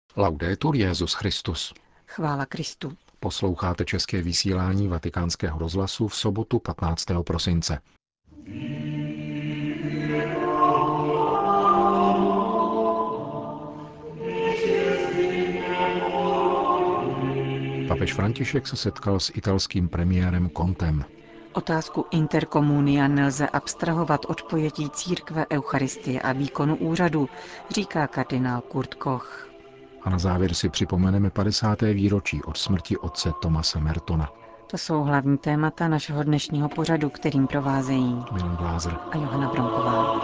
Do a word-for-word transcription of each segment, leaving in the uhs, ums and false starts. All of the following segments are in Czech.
Laudetur Jesus Christus. Chvála Kristu. Posloucháte české vysílání Vatikánského rozhlasu v sobotu patnáctého prosince. Papež František se setkal s italským premiérem Contem. Otázku interkomunia nelze abstrahovat od pojetí církve, eucharistie a výkonu úřadu, říká kardinál Kurt Koch. A na závěr si připomeneme padesáté výročí od smrti otce Thomase Mertona. To jsou hlavní témata našeho dnešního pořadu, kterým provázejí Milan Glázer a Johana Bronková.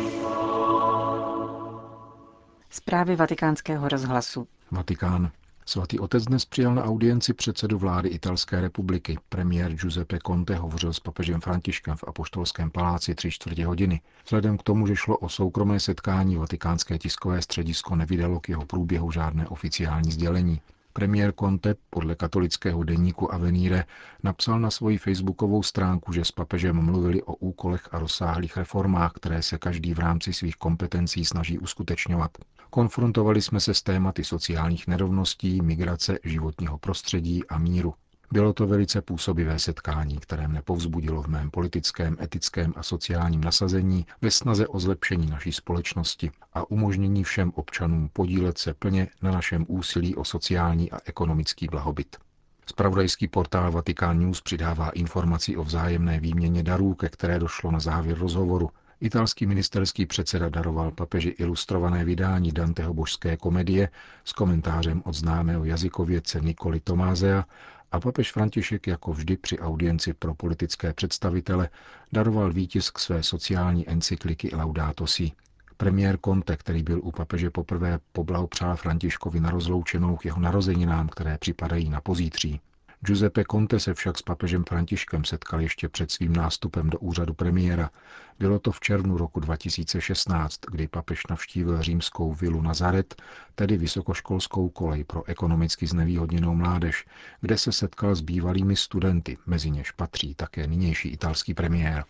Zprávy Vatikánského rozhlasu. Vatikán. Svatý otec dnes přijal na audienci předsedu vlády Italské republiky. Premiér Giuseppe Conte hovořil s papežem Františkem v Apoštolském paláci tři čtvrtě hodiny. Vzhledem k tomu, že šlo o soukromé setkání, vatikánské tiskové středisko nevydalo k jeho průběhu žádné oficiální sdělení. Premiér Conte podle katolického deníku Avvenire napsal na svoji facebookovou stránku, že s papežem mluvili o úkolech a rozsáhlých reformách, které se každý v rámci svých kompetencí snaží uskutečňovat. Konfrontovali jsme se s tématy sociálních nerovností, migrace, životního prostředí a míru. Bylo to velice působivé setkání, které mne povzbudilo v mém politickém, etickém a sociálním nasazení ve snaze o zlepšení naší společnosti a umožnění všem občanům podílet se plně na našem úsilí o sociální a ekonomický blahobyt. Zpravodajský portál Vatican News přidává informaci o vzájemné výměně darů, ke které došlo na závěr rozhovoru. Italský ministerský předseda daroval papeži ilustrované vydání Danteho božské komedie s komentářem od známého jazykovědce Nicoli Tomásea a papež František jako vždy při audienci pro politické představitele daroval výtisk své sociální encykliky Laudato Si. Premiér Conte, který byl u papeže poprvé, poblahopřál Františkovi na rozloučenou k jeho narozeninám, které připadají na pozítří. Giuseppe Conte se však s papežem Františkem setkal ještě před svým nástupem do úřadu premiéra. Bylo to v červnu roku dva tisíce šestnáct, kdy papež navštívil římskou vilu Nazaret, tedy vysokoškolskou kolej pro ekonomicky znevýhodněnou mládež, kde se setkal s bývalými studenty, mezi něž patří také nynější italský premiér.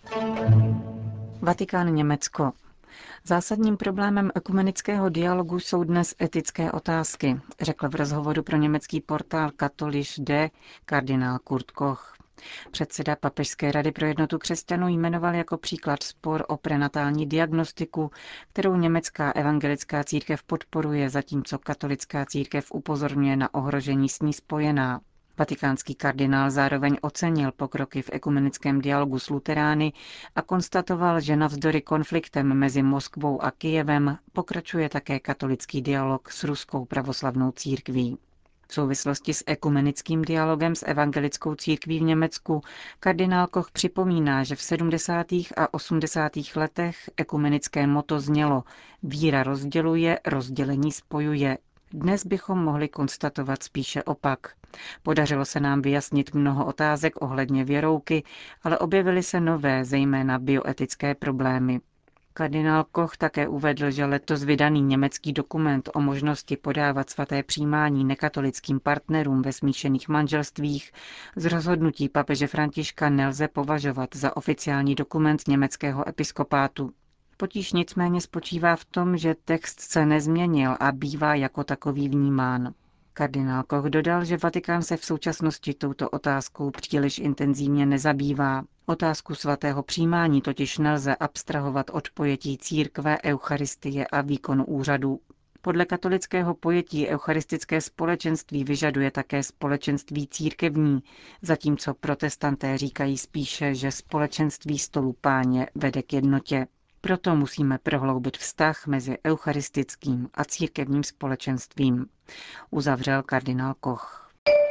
Vatikán, Německo. Zásadním problémem ekumenického dialogu jsou dnes etické otázky, řekl v rozhovoru pro německý portál Katholisch de kardinál Kurt Koch. Předseda Papežské rady pro jednotu křesťanů jmenoval jako příklad spor o prenatální diagnostiku, kterou německá evangelická církev podporuje, zatímco katolická církev upozorňuje na ohrožení s ní spojená. Vatikánský kardinál zároveň ocenil pokroky v ekumenickém dialogu s luterány a konstatoval, že navzdory konfliktem mezi Moskvou a Kyjevem pokračuje také katolický dialog s ruskou pravoslavnou církví. V souvislosti s ekumenickým dialogem s evangelickou církví v Německu kardinál Koch připomíná, že v sedmdesátých a osmdesátých letech ekumenické motto znělo víra rozděluje, rozdělení spojuje. Dnes bychom mohli konstatovat spíše opak. Podařilo se nám vyjasnit mnoho otázek ohledně věrouky, ale objevily se nové, zejména bioetické problémy. Kardinál Koch také uvedl, že letos vydaný německý dokument o možnosti podávat svaté přijímání nekatolickým partnerům ve smíšených manželstvích z rozhodnutí papeže Františka nelze považovat za oficiální dokument německého episkopátu. Potíž nicméně spočívá v tom, že text se nezměnil a bývá jako takový vnímán. Kardinál Koch dodal, že Vatikán se v současnosti touto otázkou příliš intenzivně nezabývá. Otázku svatého přijímání totiž nelze abstrahovat od pojetí církve, eucharistie a výkonu úřadu. Podle katolického pojetí eucharistické společenství vyžaduje také společenství církevní, zatímco protestanté říkají spíše, že společenství stolu Páně vede k jednotě. Proto musíme prohloubit vztah mezi eucharistickým a církevním společenstvím, uzavřel kardinál Koch.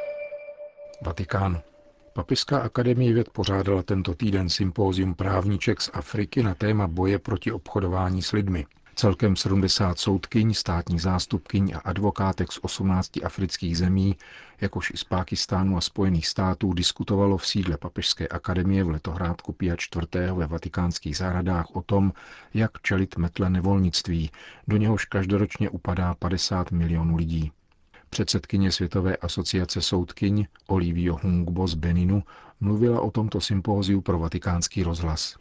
Vatikán. Papežská akademie věd pořádala tento týden sympózium právníček z Afriky na téma boje proti obchodování s lidmi. Celkem sedmdesát soudkyň, státních zástupkyň a advokátek z osmnácti afrických zemí, jakož i z Pákistánu a Spojených států, diskutovalo v sídle Papežské akademie v letohrádku Pia čtvrtého ve vatikánských zahradách o tom, jak čelit metle nevolnictví, do něhož každoročně upadá padesát milionů lidí. Předsedkyně Světové asociace soudkyň Olivia Hungbo z Beninu mluvila o tomto sympóziu pro Vatikánský rozhlas.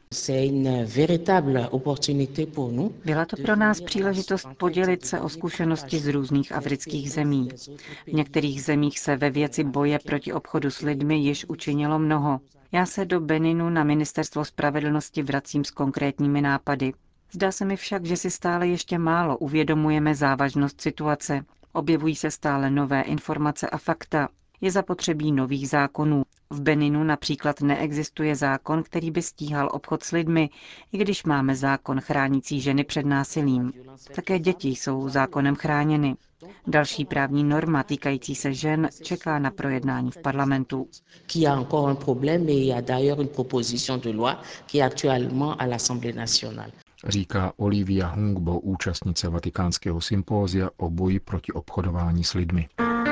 Byla to pro nás příležitost podělit se o zkušenosti z různých afrických zemí. V některých zemích se ve věci boje proti obchodu s lidmi již učinilo mnoho. Já se do Beninu na Ministerstvo spravedlnosti vracím s konkrétními nápady. Zdá se mi však, že si stále ještě málo uvědomujeme závažnost situace. Objevují se stále nové informace a fakta. Je zapotřebí nových zákonů. V Beninu například neexistuje zákon, který by stíhal obchod s lidmi, i když máme zákon chránící ženy před násilím. Také děti jsou zákonem chráněny. Další právní norma týkající se žen čeká na projednání v parlamentu. Říká Olivia Hungbo, účastnice Vatikánského sympózia o boji proti obchodování s lidmi.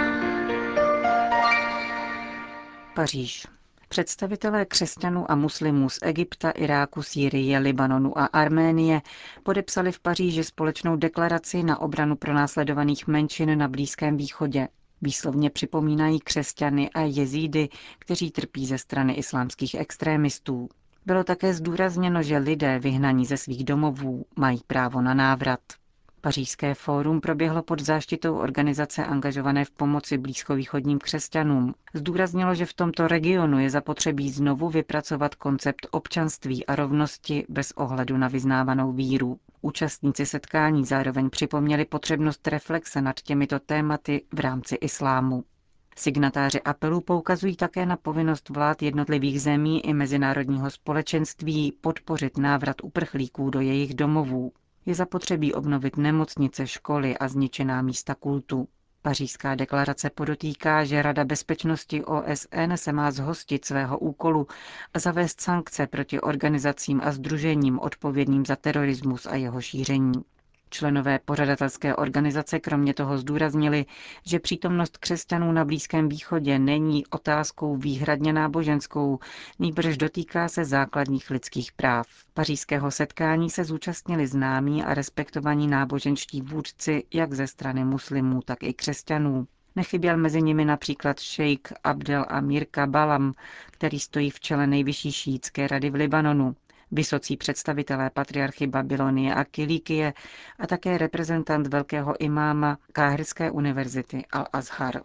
Paříž. Představitelé křesťanů a muslimů z Egypta, Iráku, Sýrie, Libanonu a Arménie podepsali v Paříži společnou deklaraci na obranu pronásledovaných menšin na Blízkém východě. Výslovně připomínají křesťany a jezídy, kteří trpí ze strany islámských extrémistů. Bylo také zdůrazněno, že lidé vyhnaní ze svých domovů mají právo na návrat. Pařížské fórum proběhlo pod záštitou organizace angažované v pomoci blízkovýchodním křesťanům. Zdůraznilo, že v tomto regionu je zapotřebí znovu vypracovat koncept občanství a rovnosti bez ohledu na vyznávanou víru. Účastníci setkání zároveň připomněli potřebnost reflexe nad těmito tématy v rámci islámu. Signatáři apelu poukazují také na povinnost vlád jednotlivých zemí i mezinárodního společenství podpořit návrat uprchlíků do jejich domovů. Je zapotřebí obnovit nemocnice, školy a zničená místa kultu. Pařížská deklarace podotýká, že Rada bezpečnosti O S N se má zhostit svého úkolu a zavést sankce proti organizacím a sdružením odpovědným za terorismus a jeho šíření. Členové pořadatelské organizace kromě toho zdůraznili, že přítomnost křesťanů na Blízkém východě není otázkou výhradně náboženskou, nýbrž dotýká se základních lidských práv. Pařížského setkání se zúčastnili známí a respektovaní náboženští vůdci jak ze strany muslimů, tak i křesťanů. Nechyběl mezi nimi například šejk Abdel Amir Kabalam, který stojí v čele nejvyšší šíitské rady v Libanonu, vysocí představitelé patriarchy Babylonie a Kilíkie a také reprezentant velkého imáma Káhirské univerzity Al-Azhar.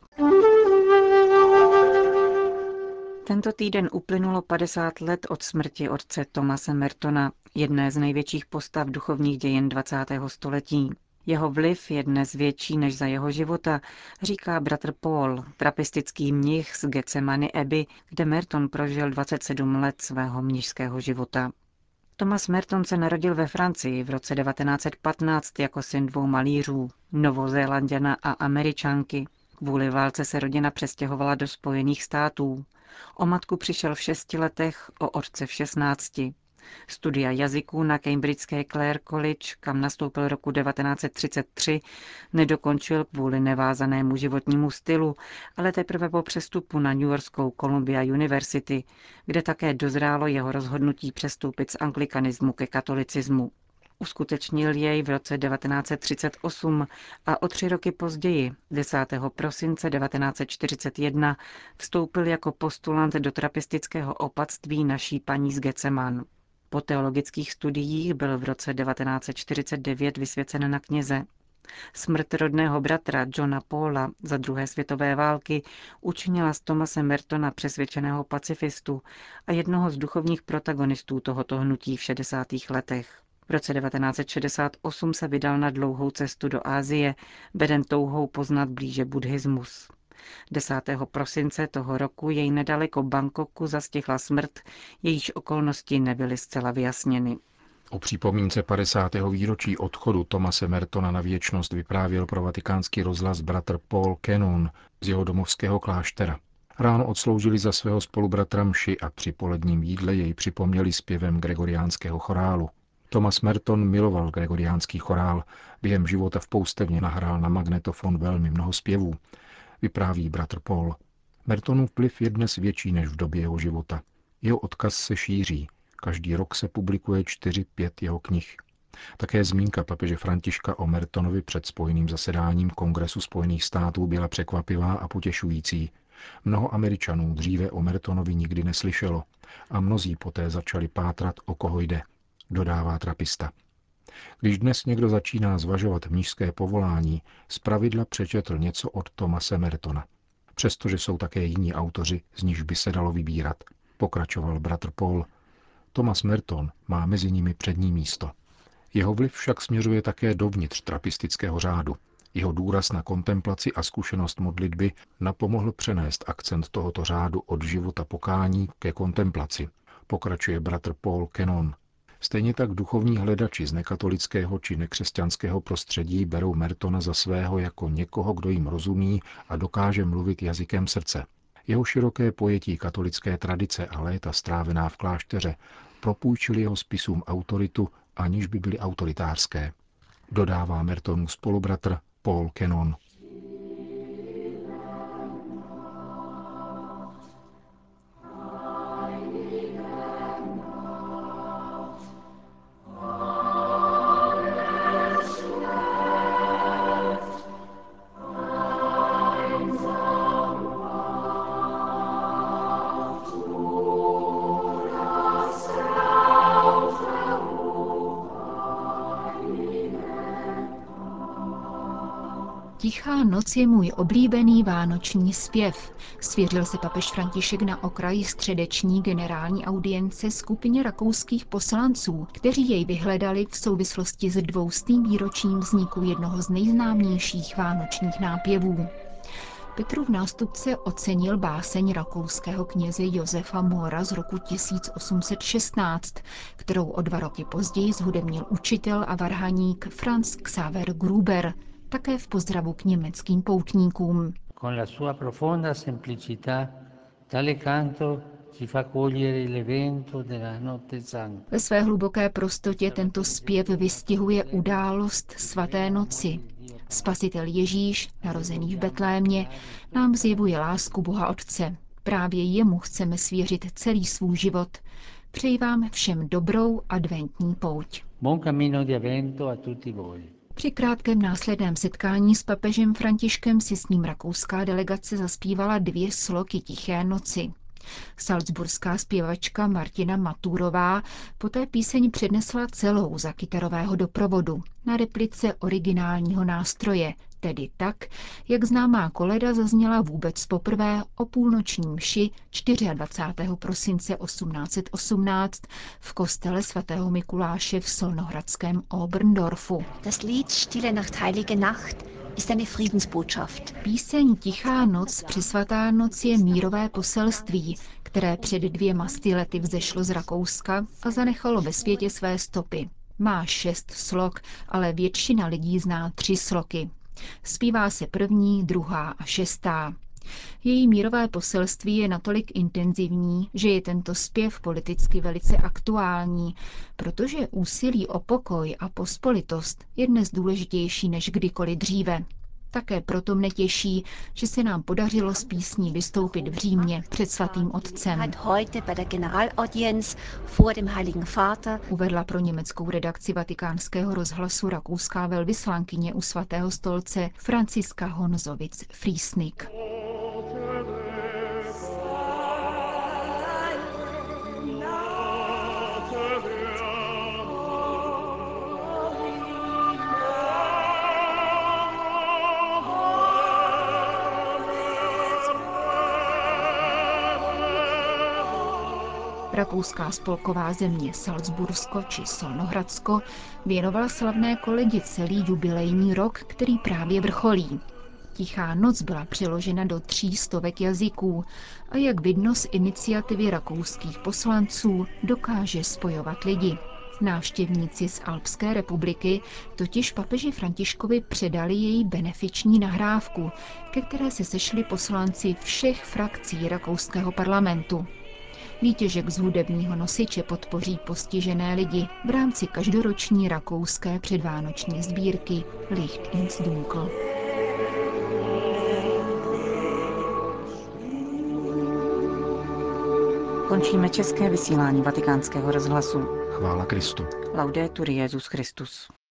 Tento týden uplynulo padesát let od smrti otce Thomase Mertona, jedné z největších postav duchovních dějin dvacátého století. Jeho vliv je dnes větší než za jeho života, říká bratr Paul, trapistický mnich z Getsemani Abbey, kde Merton prožil dvacet sedm let svého mnišského života. Thomas Merton se narodil ve Francii v roce devatenáct set patnáct jako syn dvou malířů, Novozélanďana a Američanky. Kvůli válce se rodina přestěhovala do Spojených států. O matku přišel v šesti letech, o otce v šestnácti. Studia jazyků na cambridgeské Clare College, kam nastoupil roku devatenáct set třicet tři, nedokončil kvůli nevázanému životnímu stylu, ale teprve po přestupu na Newyorskou Columbia University, kde také dozrálo jeho rozhodnutí přestoupit z anglikanismu ke katolicismu. Uskutečnil jej v roce devatenáct set třicet osm a o tři roky později, desátého prosince devatenáct set čtyřicet jedna, vstoupil jako postulant do trapistického opatství Naší paní z Getseman. Po teologických studiích byl v roce devatenáct set čtyřicet devět vysvěcen na kněze. Smrt rodného bratra Johna Paula za druhé světové války učinila z Thomase Mertona přesvědčeného pacifistu a jednoho z duchovních protagonistů tohoto hnutí v šedesátých letech. V roce devatenáct set šedesát osm se vydal na dlouhou cestu do Asie, veden touhou poznat blíže buddhismus. desátého prosince toho roku jej nedaleko Bangkoku zastihla smrt, jejíž okolnosti nebyly zcela vyjasněny. O připomínce padesátého výročí odchodu Thomase Mertona na věčnost vyprávěl pro Vatikánský rozhlas bratr Paul Cannon z jeho domovského kláštera. Ráno odsloužili za svého spolubratra mši a při poledním jídle jej připomněli zpěvem gregoriánského chorálu. Thomas Merton miloval gregoriánský chorál, během života v poustevně nahrál na magnetofon velmi mnoho zpěvů, vypráví bratr Paul. Mertonův vliv je dnes větší než v době jeho života. Jeho odkaz se šíří. Každý rok se publikuje čtyři, pět jeho knih. Také zmínka papeže Františka o Mertonovi před spojeným zasedáním Kongresu Spojených států byla překvapivá a potěšující. Mnoho Američanů dříve o Mertonovi nikdy neslyšelo a mnozí poté začali pátrat, o koho jde, dodává trapista. Když dnes někdo začíná zvažovat mnišské povolání, zpravidla přečetl něco od Thomase Mertona. Přestože jsou také jiní autoři, z nichž by se dalo vybírat, pokračoval bratr Paul. Thomas Merton má mezi nimi přední místo. Jeho vliv však směřuje také dovnitř trapistického řádu. Jeho důraz na kontemplaci a zkušenost modlitby napomohl přenést akcent tohoto řádu od života pokání ke kontemplaci, pokračuje bratr Paul Kennon. Stejně tak duchovní hledači z nekatolického či nekřesťanského prostředí berou Mertona za svého jako někoho, kdo jim rozumí a dokáže mluvit jazykem srdce. Jeho široké pojetí katolické tradice a léta strávená v klášteře propůjčili jeho spisům autoritu, aniž by byly autoritářské. Dodává Mertonův spolubratr Paul Kennon. Tichá noc je můj oblíbený vánoční zpěv, svěřil se papež František na okraji středeční generální audience skupině rakouských poslanců, kteří jej vyhledali v souvislosti s dvoustým výročím vzniku jednoho z nejznámějších vánočních nápěvů. Petrův nástupce ocenil báseň rakouského kněze Josefa Mora z roku tisíc osm set šestnáct, kterou o dva roky později zhudebnil učitel a varhaník Franz Xaver Gruber, také v pozdravu k německým poutníkům. Con la sua profonda semplicità, tale canto ci fa cogliere l'evento della notte santa. Ve své hluboké prostotě tento zpěv vystihuje událost svaté noci. Spasitel Ježíš, narozený v Betlémě, nám zjevuje lásku Boha Otce. Právě jemu chceme svěřit celý svůj život. Přeji vám všem dobrou adventní pouť. Buon cammino di avvento a tutti voi. Při krátkém následném setkání s papežem Františkem si s ním rakouská delegace zaspívala dvě sloky Tiché noci. Salzburská zpěvačka Martina Maturová poté píseň přednesla celou za kytarového doprovodu na replice originálního nástroje, tedy tak, jak známá koleda zazněla vůbec poprvé o půlnoční mši dvacátého čtvrtého prosince osmnáct set osmnáct v kostele svatého Mikuláše v solnohradském Oberndorfu. Das Lied Stille Nacht, Heilige Nacht ist eine Friedensbotschaft. Píseň Tichá noc, přesvatá noc je mírové poselství, které před dvěma sty lety vzešlo z Rakouska a zanechalo ve světě své stopy. Má šest slok, ale většina lidí zná tři sloky. Zpívá se první, druhá a šestá. Její mírové poselství je natolik intenzivní, že je tento zpěv politicky velice aktuální, protože úsilí o pokoj a pospolitost je dnes důležitější než kdykoliv dříve. Také proto mne těší, že se nám podařilo s písní vystoupit v Římě před svatým otcem. Uvedla pro německou redakci Vatikánského rozhlasu rakouská velvyslankyně u svatého stolce Franciska Honzovic-Friesnik. Rakouská spolková země Salzbursko či Solnohradsko věnovala slavné koledě celý jubilejní rok, který právě vrcholí. Tichá noc byla přeložena do tří stovek jazyků a jak vidno z iniciativy rakouských poslanců dokáže spojovat lidi. Návštěvníci z Alpské republiky totiž papeži Františkovi předali její benefiční nahrávku, ke které se sešli poslanci všech frakcí rakouského parlamentu. Výtěžek z hudebního nosiče podpoří postižené lidi v rámci každoroční rakouské předvánoční sbírky Licht ins Dunkel. Končíme české vysílání Vatikánského rozhlasu. Chvála Kristu. Laudetur Jesus Christus.